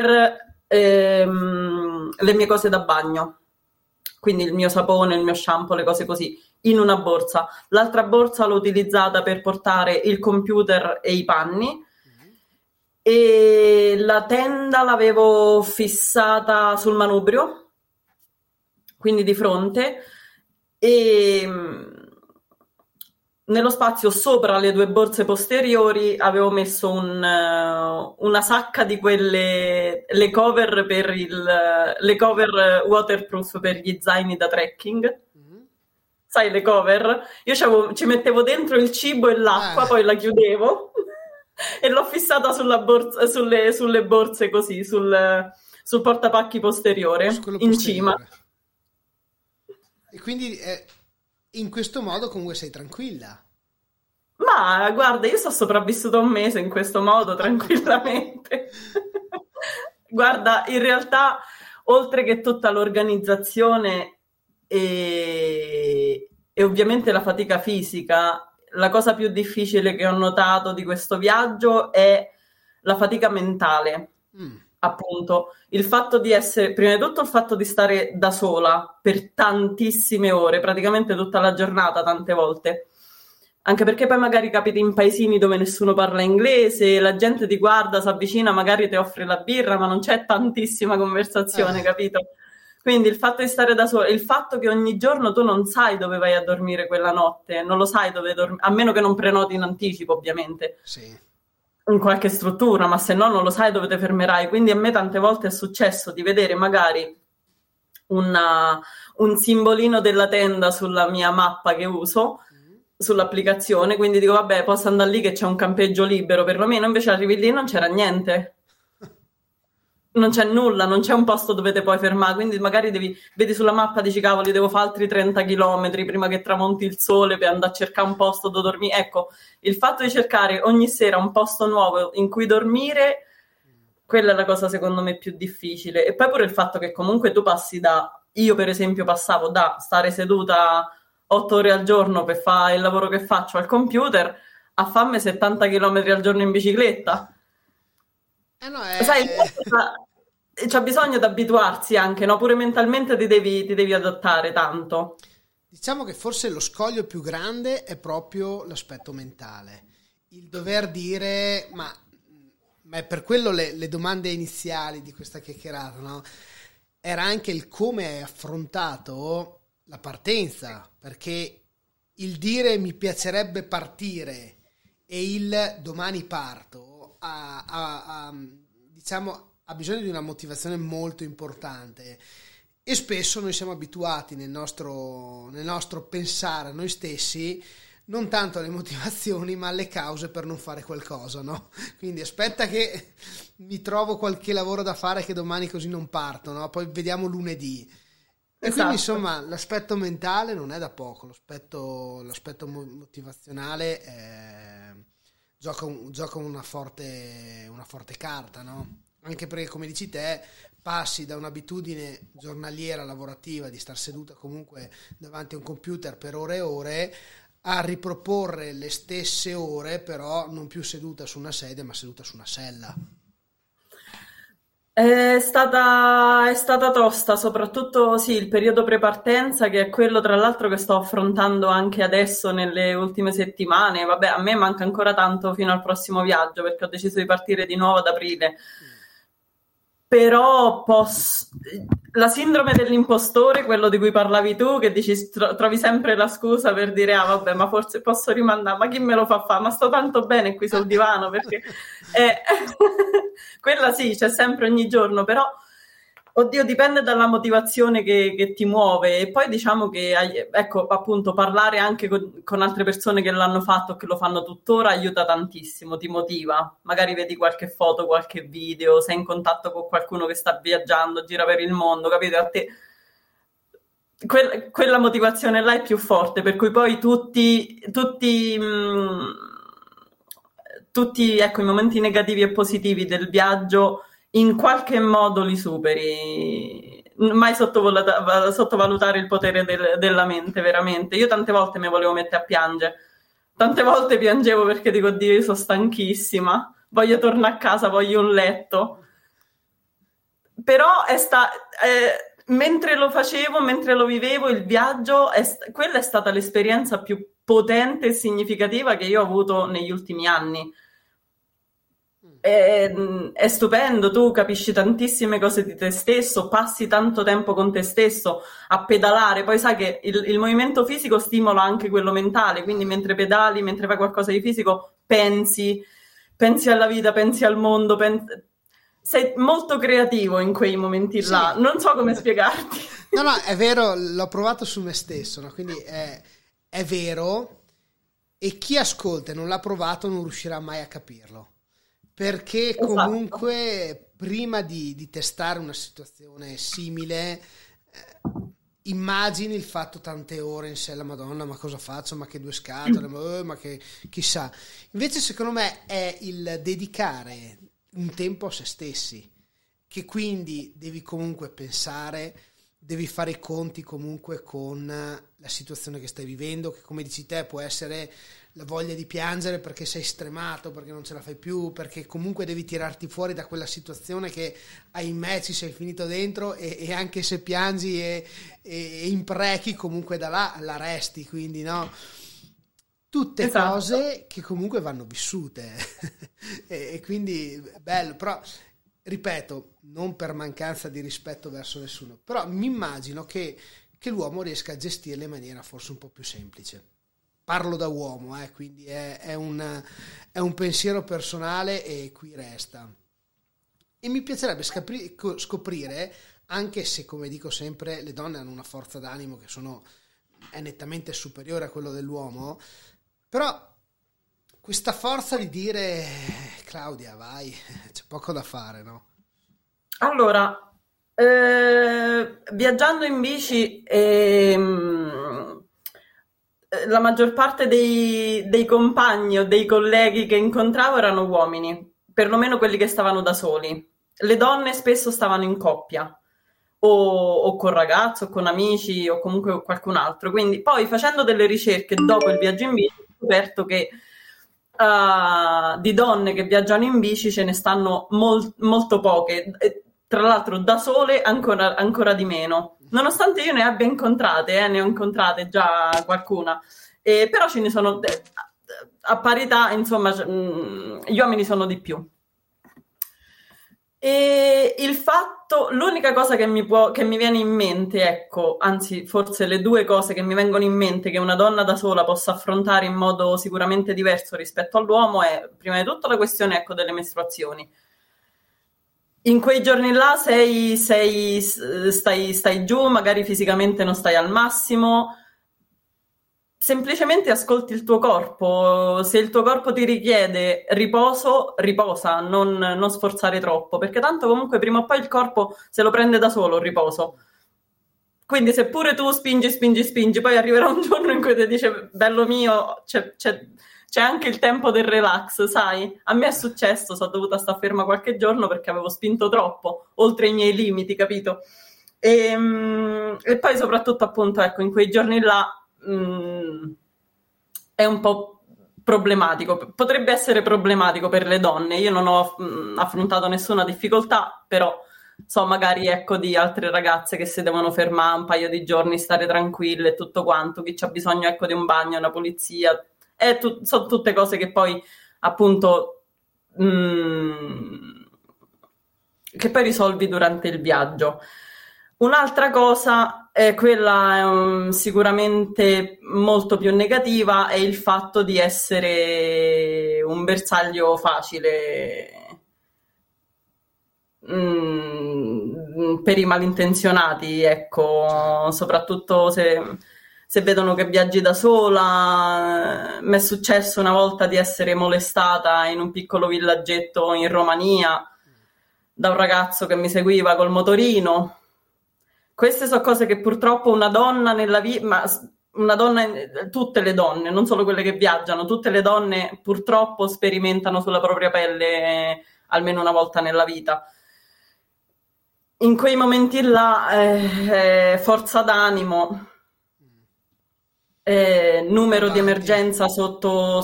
le mie cose da bagno, quindi il mio sapone, il mio shampoo, le cose così, in una borsa. L'altra borsa l'ho utilizzata per portare il computer e i panni, e la tenda l'avevo fissata sul manubrio, quindi di fronte, e nello spazio sopra le 2 borse posteriori avevo messo una sacca di quelle, le cover le cover waterproof per gli zaini da trekking. Sai, le cover? Io ci mettevo dentro il cibo e l'acqua, poi la chiudevo e l'ho fissata sulla borsa, sulle borse così, sul portapacchi posteriore, in cima. E quindi in questo modo comunque sei tranquilla. Ma guarda, io sono sopravvissuto un mese in questo modo tranquillamente. Guarda, in realtà, oltre che tutta l'organizzazione e ovviamente la fatica fisica, la cosa più difficile che ho notato di questo viaggio è la fatica mentale. Mm. Appunto, il fatto di essere, prima di tutto il fatto di stare da sola per tantissime ore, praticamente tutta la giornata, tante volte. Anche perché poi magari capiti in paesini dove nessuno parla inglese, la gente ti guarda, si avvicina, magari ti offre la birra, ma non c'è tantissima conversazione, Eh, capito? Quindi il fatto di stare da sola, il fatto che ogni giorno tu non sai dove vai a dormire quella notte, non lo sai dove dormire, a meno che non prenoti in anticipo, ovviamente sì. in qualche struttura, ma se no non lo sai dove ti fermerai. Quindi a me tante volte è successo di vedere magari un simbolino della tenda sulla mia mappa che uso, Mm. sull'applicazione, quindi dico vabbè, posso andare lì che c'è un campeggio libero perlomeno, invece arrivi lì e non c'era niente. Non c'è nulla, non c'è un posto dove ti puoi fermare, quindi magari vedi sulla mappa, dici cavoli, devo fare altri 30 chilometri prima che tramonti il sole per andare a cercare un posto dove dormire. Ecco, il fatto di cercare ogni sera un posto nuovo in cui dormire, quella è la cosa secondo me più difficile. E poi pure il fatto che comunque tu passi io per esempio passavo da stare seduta 8 ore al giorno per fare il lavoro che faccio al computer a farmi 70 chilometri al giorno in bicicletta. No, Sai, c'è bisogno di abituarsi anche, no? Pure mentalmente ti devi adattare tanto. diciamo che forse lo scoglio più grande è proprio l'aspetto mentale. Il dover dire, ma è per quello le domande iniziali di questa chiacchierata, no? Era anche il come hai affrontato la partenza, perché il dire mi piacerebbe partire e il domani parto diciamo, ha bisogno di una motivazione molto importante e spesso noi siamo abituati nel nostro pensare a noi stessi non tanto alle motivazioni ma alle cause per non fare qualcosa, no? Quindi aspetta che mi trovo qualche lavoro da fare che domani così non parto, no? Poi vediamo lunedì. E quindi Esatto. insomma l'aspetto mentale non è da poco, l'aspetto motivazionale gioca una forte carta, no? Anche perché come dici te passi da un'abitudine giornaliera lavorativa di star seduta comunque davanti a un computer per ore e ore a riproporre le stesse ore però non più seduta su una sedia ma seduta su una sella. È stata tosta, soprattutto sì, il periodo pre-partenza, che è quello tra l'altro che sto affrontando anche adesso nelle ultime settimane. Vabbè, a me manca ancora tanto fino al prossimo viaggio perché ho deciso di partire di nuovo ad aprile. Però la sindrome dell'impostore, quello di cui parlavi tu, che dici trovi sempre la scusa per dire ah vabbè, ma forse posso rimandare, ma chi me lo fa fare? Ma sto tanto bene qui sul divano perché eh, quella sì, c'è sempre ogni giorno, però oddio, dipende dalla motivazione che ti muove e poi diciamo che, ecco, appunto, parlare anche con altre persone che l'hanno fatto o che lo fanno tuttora aiuta tantissimo, ti motiva. Magari vedi qualche foto, qualche video, sei in contatto con qualcuno che sta viaggiando, gira per il mondo, capito? A te quella motivazione là è più forte, per cui poi tutti, ecco, i momenti negativi e positivi del viaggio in qualche modo li superi. Mai sottovalutare il potere della mente, veramente. Io tante volte mi volevo mettere a piangere, tante volte piangevo perché dico, Dio, io sono stanchissima, voglio tornare a casa, voglio un letto. Però mentre lo facevo, mentre lo vivevo, il viaggio, quella è stata l'esperienza più potente e significativa che io ho avuto negli ultimi anni. È stupendo, tu capisci tantissime cose di te stesso, passi tanto tempo con te stesso a pedalare, poi sai che il movimento fisico stimola anche quello mentale, quindi mentre pedali, mentre fai qualcosa di fisico, pensi alla vita, pensi al mondo, sei molto creativo in quei momenti là, Sì. non so come spiegarti. No, no, è vero, l'ho provato su me stesso, no? Quindi è vero e chi ascolta e non l'ha provato non riuscirà mai a capirlo. Perché Esatto. comunque prima di testare una situazione simile, immagini il fatto tante ore in sé, la Madonna, ma cosa faccio, ma che due scatole, ma che chissà. Invece secondo me è il dedicare un tempo a se stessi, che quindi devi comunque pensare, devi fare i conti comunque con la situazione che stai vivendo, che come dici te può essere la voglia di piangere perché sei stremato, perché non ce la fai più, perché comunque devi tirarti fuori da quella situazione che ahimè ci sei finito dentro, e anche se piangi e imprechi comunque da là la resti, quindi no, tutte Esatto. cose che comunque vanno vissute e quindi bello, però ripeto, non per mancanza di rispetto verso nessuno, però mi immagino che l'uomo riesca a gestirle in maniera forse un po' più semplice. Parlo da uomo, quindi è un pensiero personale e qui resta. E mi piacerebbe scoprire, anche se come dico sempre le donne hanno una forza d'animo è nettamente superiore a quello dell'uomo, però questa forza di dire Claudia vai, c'è poco da fare, no? Allora, viaggiando in bici, la maggior parte dei compagni o dei colleghi che incontravo erano uomini, perlomeno quelli che stavano da soli. Le donne spesso stavano in coppia, o con ragazzi, o con amici, o comunque con qualcun altro. Quindi poi facendo delle ricerche dopo il viaggio in bici, ho scoperto che di donne che viaggiano in bici ce ne stanno molto poche, tra l'altro da sole ancora di meno, nonostante io ne abbia incontrate, ne ho incontrate già qualcuna, però ce ne sono a parità, insomma, gli uomini sono di più. E l'unica cosa che mi viene in mente, ecco, anzi, forse le due cose che mi vengono in mente che una donna da sola possa affrontare in modo sicuramente diverso rispetto all'uomo è, prima di tutto, la questione, ecco, delle mestruazioni. In quei giorni là stai giù, magari fisicamente non stai al massimo, semplicemente ascolti il tuo corpo. Se il tuo corpo ti richiede riposo, riposa, non sforzare troppo, perché tanto comunque prima o poi il corpo se lo prende da solo il riposo. Quindi se pure tu spingi, poi arriverà un giorno in cui ti dice bello mio, c'è anche il tempo del relax, sai? A me è successo, sono dovuta stare ferma qualche giorno perché avevo spinto troppo, oltre i miei limiti, capito? E poi soprattutto appunto, ecco, in quei giorni là è un po' problematico, potrebbe essere problematico per le donne. Io non ho affrontato nessuna difficoltà, però so magari, ecco, di altre ragazze che si devono fermare un paio di giorni, stare tranquille e tutto quanto, chi c'ha bisogno, ecco, di un bagno, una pulizia, sono tutte cose che poi appunto che poi risolvi durante il viaggio. Un'altra cosa è quella sicuramente molto più negativa, è il fatto di essere un bersaglio facile per i malintenzionati, ecco, soprattutto se vedono che viaggi da sola. Mi è successo una volta di essere molestata in un piccolo villaggetto in Romania da un ragazzo che mi seguiva col motorino. Queste sono cose che purtroppo una donna nella vita, ma una donna, tutte le donne, non solo quelle che viaggiano, tutte le donne purtroppo sperimentano sulla propria pelle almeno una volta nella vita. In quei momenti là, forza d'animo, numero di emergenza sotto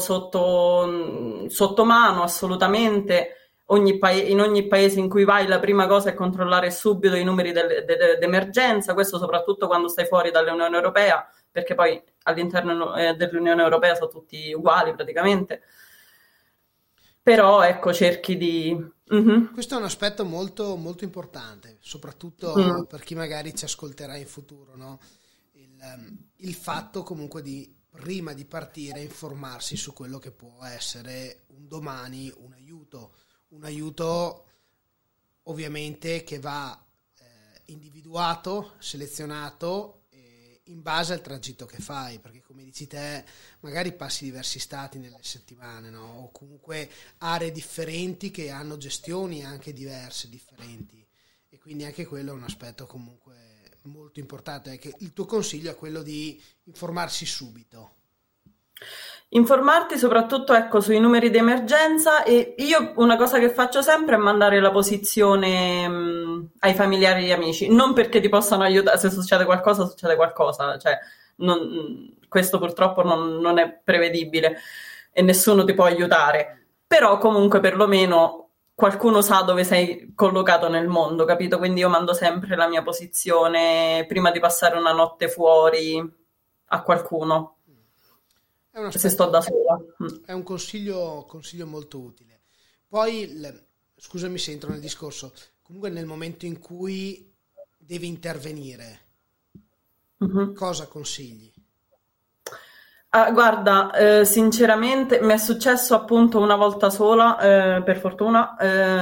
mano, assolutamente. In ogni paese in cui vai la prima cosa è controllare subito i numeri d'emergenza, questo soprattutto quando stai fuori dall'Unione Europea, perché poi all'interno dell'Unione Europea sono tutti uguali praticamente. Però ecco, cerchi di... Questo è un aspetto molto, molto importante, soprattutto per chi magari ci ascolterà in futuro, no? Il fatto comunque di, prima di partire, informarsi su quello che può essere un domani un aiuto ovviamente che va individuato, selezionato in base al tragitto che fai, perché come dici te magari passi diversi stati nelle settimane, no? O comunque aree differenti che hanno gestioni anche diverse, differenti, e quindi anche quello è un aspetto comunque molto importante, è che il tuo consiglio è quello di informarsi subito. Informarti soprattutto, ecco, sui numeri di emergenza, e io una cosa che faccio sempre è mandare la posizione ai familiari e agli amici, non perché ti possano aiutare, se succede qualcosa, cioè questo purtroppo non è prevedibile e nessuno ti può aiutare, però comunque perlomeno qualcuno sa dove sei collocato nel mondo, capito? Quindi io mando sempre la mia posizione prima di passare una notte fuori a qualcuno. È un Se sto da aspetto, sola. è un consiglio molto utile. Poi, scusami se entro nel discorso, comunque nel momento in cui devi intervenire, Mhm. cosa consigli? Ah, guarda, sinceramente mi è successo appunto una volta sola, per fortuna,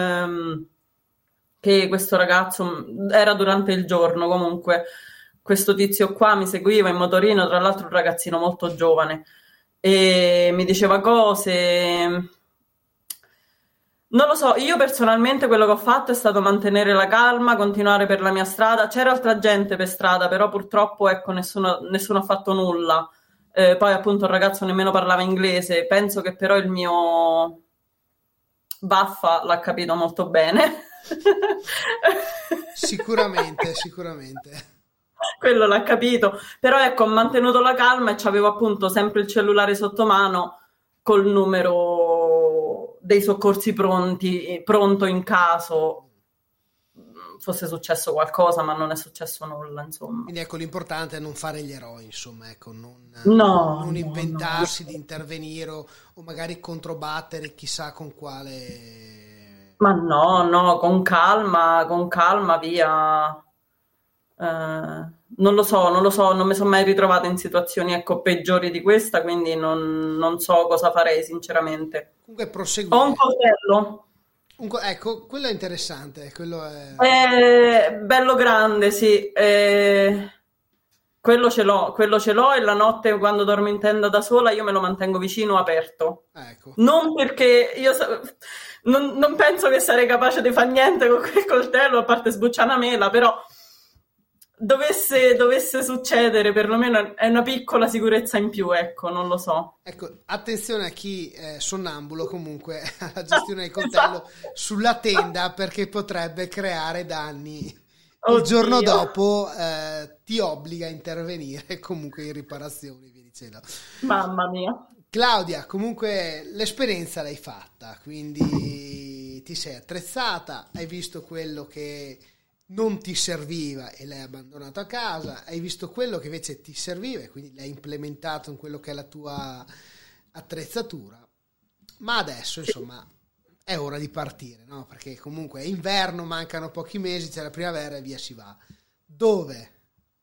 che questo ragazzo era durante il giorno comunque. Questo tizio qua mi seguiva in motorino, tra l'altro un ragazzino molto giovane, e mi diceva cose. Non lo so, io personalmente quello che ho fatto è stato mantenere la calma, continuare per la mia strada. C'era altra gente per strada, però purtroppo ecco, nessuno ha fatto nulla. Poi appunto il ragazzo nemmeno parlava inglese. Penso che però il mio baffa l'ha capito molto bene. Sicuramente, sicuramente. Quello l'ha capito. Però ecco, ho mantenuto la calma e c'avevo appunto sempre il cellulare sotto mano col numero dei soccorsi pronto in caso fosse successo qualcosa, ma non è successo nulla, insomma. Quindi ecco, l'importante è non fare gli eroi, insomma, ecco, No, non no, no. inventarsi di intervenire o magari controbattere chissà con quale... Ma no, no, con calma, via. Non lo so, non mi sono mai ritrovata in situazioni, ecco, peggiori di questa, quindi non so cosa farei, sinceramente. Comunque Ho un proseguire. coltello. Ecco, quello è interessante, quello è... Bello grande, sì. Quello ce l'ho, e la notte quando dormo in tenda da sola io me lo mantengo vicino aperto. Ecco. Non perché non penso che sarei capace di fare niente con quel coltello, a parte sbucciare una mela, però dovesse succedere, perlomeno è una piccola sicurezza in più, ecco, non lo so. Ecco, attenzione a chi è sonnambulo comunque alla gestione del coltello Esatto. sulla tenda perché potrebbe creare danni. Il giorno Oddio, dopo ti obbliga a intervenire comunque in riparazioni, via dicendo. mamma mia. Claudia, comunque l'esperienza l'hai fatta, quindi ti sei attrezzata, hai visto quello che non ti serviva e l'hai abbandonato a casa, hai visto quello che invece ti serviva e quindi l'hai implementato in quello che è la tua attrezzatura. Ma adesso, insomma, è ora di partire, no? Perché comunque è inverno, mancano pochi mesi, c'è la primavera e via si va. Dove?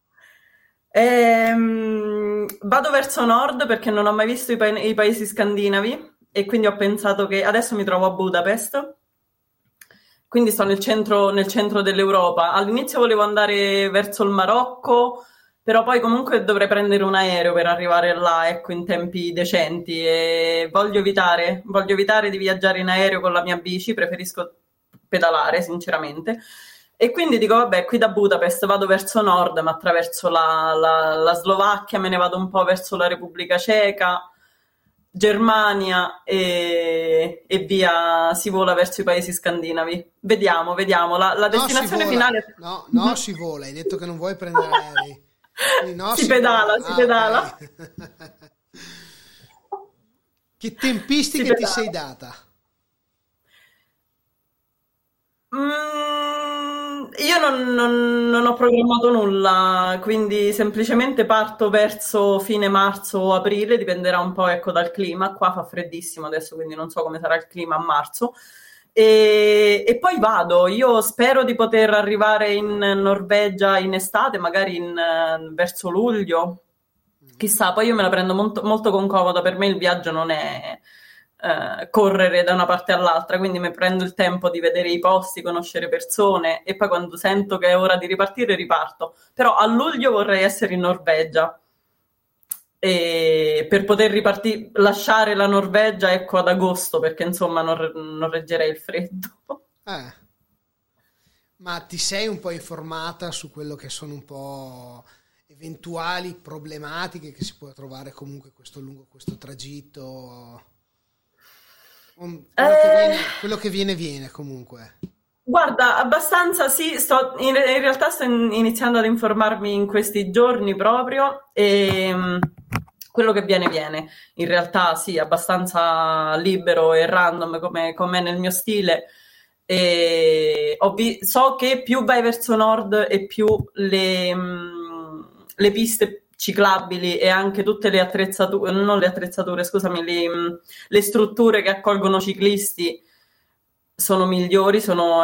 Vado verso nord perché non ho mai visto i paesi scandinavi, e quindi ho pensato che adesso mi trovo a Budapest, quindi sto nel centro dell'Europa. All'inizio volevo andare verso il Marocco, però poi comunque dovrei prendere un aereo per arrivare là, ecco, in tempi decenti, e voglio evitare di viaggiare in aereo con la mia bici, preferisco pedalare, sinceramente. E quindi dico, vabbè, qui da Budapest vado verso nord, ma attraverso la Slovacchia, me ne vado un po' verso la Repubblica Ceca, Germania, e via si vola verso i paesi scandinavi. Vediamo, vediamo. La No, si destinazione vola. finale. No, no, si vola. Hai detto che non vuoi prendere aerei. Quindi no, Si si vola. pedala, si Ah, pedala. ok. Che Si tempistiche ti sei pedala. data? Io non ho programmato nulla, quindi semplicemente parto verso fine marzo o aprile, dipenderà un po', ecco, dal clima. Qua fa freddissimo adesso, quindi non so come sarà il clima a marzo. E poi vado. Io spero di poter arrivare in Norvegia in estate, magari verso luglio. Chissà, poi io me la prendo molto, molto con comodo. Per me il viaggio non è correre da una parte all'altra, quindi mi prendo il tempo di vedere i posti, conoscere persone, e poi quando sento che è ora di ripartire, riparto. Però a luglio vorrei essere in Norvegia, e per poter ripartire, lasciare la Norvegia, ecco, ad agosto, perché insomma non reggerei il freddo. Eh. Ma ti sei un po' informata su quello che sono un po' eventuali problematiche che si può trovare comunque lungo questo tragitto? Quello che viene comunque. Guarda, abbastanza sì, in realtà sto iniziando ad informarmi in questi giorni proprio e quello che viene. In realtà sì, abbastanza libero e random come nel mio stile. E so che più vai verso nord e più le piste ciclabili e anche tutte le attrezzature, non le attrezzature, scusami, le strutture che accolgono ciclisti sono migliori,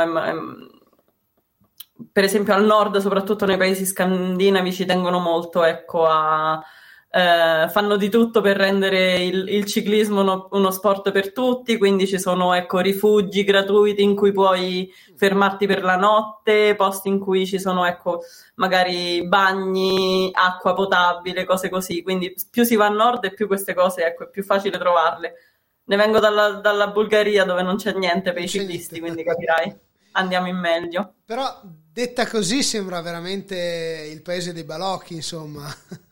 per esempio al nord, soprattutto nei paesi scandinavi, ci tengono molto, ecco, fanno di tutto per rendere il ciclismo uno sport per tutti, quindi ci sono, ecco, rifugi gratuiti in cui puoi fermarti per la notte, posti in cui ci sono, ecco, magari bagni, acqua potabile, cose così, quindi più si va a nord e più queste cose, ecco, è più facile trovarle. Ne vengo dalla Bulgaria dove non c'è niente per i ciclisti, quindi capirai, andiamo in meglio. Però detta così sembra veramente il paese dei balocchi, insomma.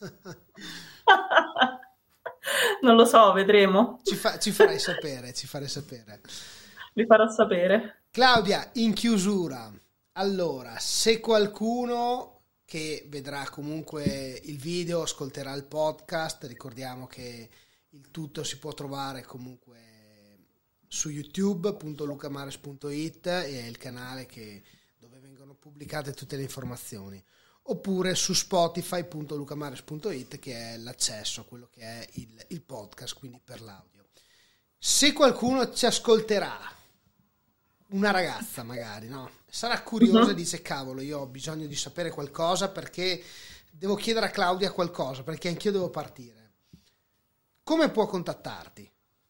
Non lo so, vedremo. Ci farai sapere, Vi farò sapere. Claudia, in chiusura, allora, se qualcuno che vedrà comunque il video, ascolterà il podcast, ricordiamo che il tutto si può trovare comunque su youtube.lucamares.it e è il canale dove vengono pubblicate tutte le informazioni, oppure su spotify.lucamares.it che è l'accesso a quello che è il podcast, quindi per l'audio. Se qualcuno ci ascolterà, una ragazza magari, no? Sarà curiosa e dice cavolo, io ho bisogno di sapere qualcosa perché devo chiedere a Claudia qualcosa, perché anch'io devo partire. Come può contattarti?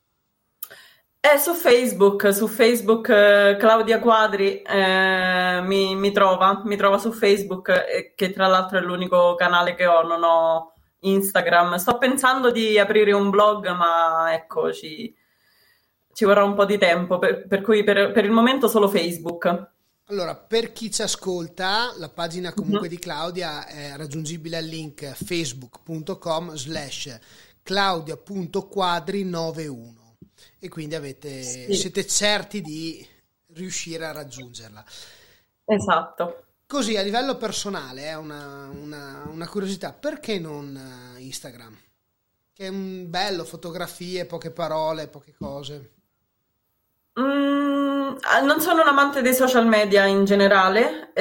Su Facebook Claudia Quadri mi trova su Facebook, che tra l'altro è l'unico canale che ho, non ho Instagram. Sto pensando di aprire un blog, ma ecco, ci vorrà un po' di tempo, per cui per il momento solo Facebook. Allora, per chi ci ascolta, la pagina comunque di Claudia è raggiungibile al link facebook.com/claudia.quadri91 e quindi siete certi di riuscire a raggiungerla. Esatto. Così a livello personale è una curiosità, perché non Instagram? Che è un bello, fotografie, poche parole, poche cose. Non sono un amante dei social media in generale,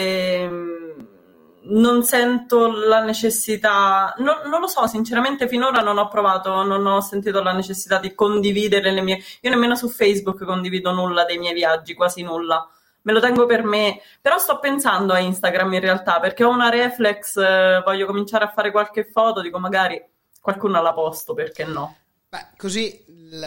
non sento la necessità, non lo so, sinceramente finora non ho sentito la necessità di condividere io nemmeno su Facebook condivido nulla dei miei viaggi, quasi nulla, me lo tengo per me, però sto pensando a Instagram in realtà, perché ho una reflex, voglio cominciare a fare qualche foto, dico magari qualcuno la posto, perché no? Beh, così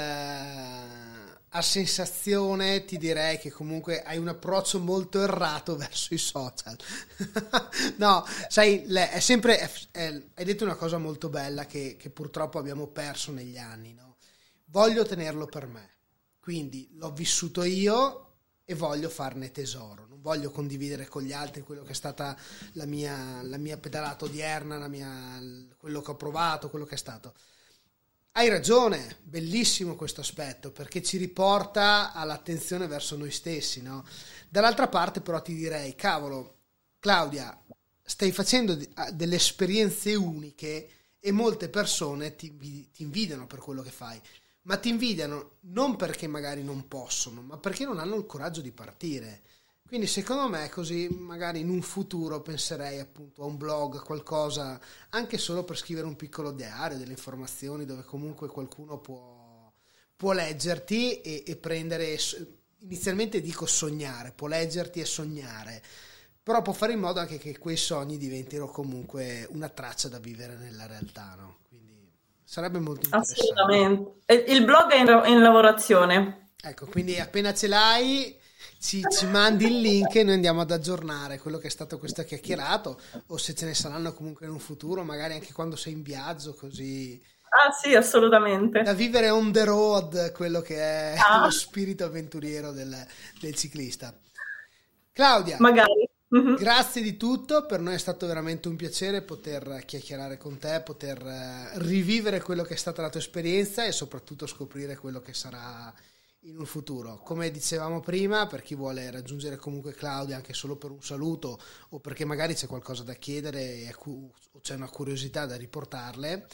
a sensazione ti direi che comunque hai un approccio molto errato verso i social. No, sai, hai detto una cosa molto bella che purtroppo abbiamo perso negli anni, no? Voglio tenerlo per me, quindi l'ho vissuto io e voglio farne tesoro, non voglio condividere con gli altri quello che è stata la mia pedalata odierna, quello che ho provato, quello che è stato. Hai ragione, bellissimo questo aspetto, perché ci riporta all'attenzione verso noi stessi, no? Dall'altra parte però ti direi, cavolo, Claudia, stai facendo delle esperienze uniche e molte persone ti invidiano per quello che fai, ma ti invidiano non perché magari non possono, ma perché non hanno il coraggio di partire. Quindi secondo me così magari in un futuro penserei appunto a un blog, qualcosa anche solo per scrivere un piccolo diario, delle informazioni dove comunque qualcuno può leggerti e prendere, inizialmente dico sognare, può leggerti e sognare, però può fare in modo anche che quei sogni diventino comunque una traccia da vivere nella realtà, no? Quindi sarebbe molto interessante. Assolutamente. Il blog è in lavorazione. Ecco, quindi appena ce l'hai ci mandi il link e noi andiamo ad aggiornare quello che è stato questo chiacchierato, o se ce ne saranno comunque in un futuro, magari anche quando sei in viaggio, così. Ah sì, assolutamente. Da vivere on the road, quello che è lo spirito avventuriero del ciclista. Claudia, magari. Mhm. grazie di tutto, per noi è stato veramente un piacere poter chiacchierare con te, poter rivivere quello che è stata la tua esperienza e soprattutto scoprire quello che sarà in un futuro. Come dicevamo prima, per chi vuole raggiungere comunque Claudia anche solo per un saluto o perché magari c'è qualcosa da chiedere o c'è una curiosità da riportarle,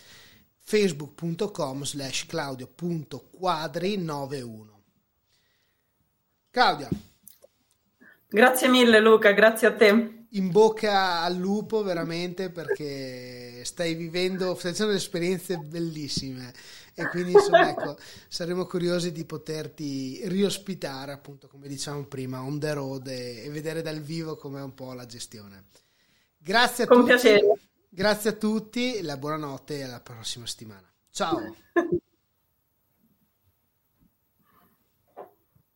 facebook.com/claudio.quadri91. Claudia, Grazie mille Luca, grazie a te. in bocca al lupo veramente perché stai facendo delle esperienze bellissime e quindi insomma ecco, saremo curiosi di poterti riospitare appunto come diciamo prima on the road e vedere dal vivo com'è un po' la gestione. Grazie a Con tutti, piacere. grazie a tutti, la buonanotte e alla prossima settimana. Ciao!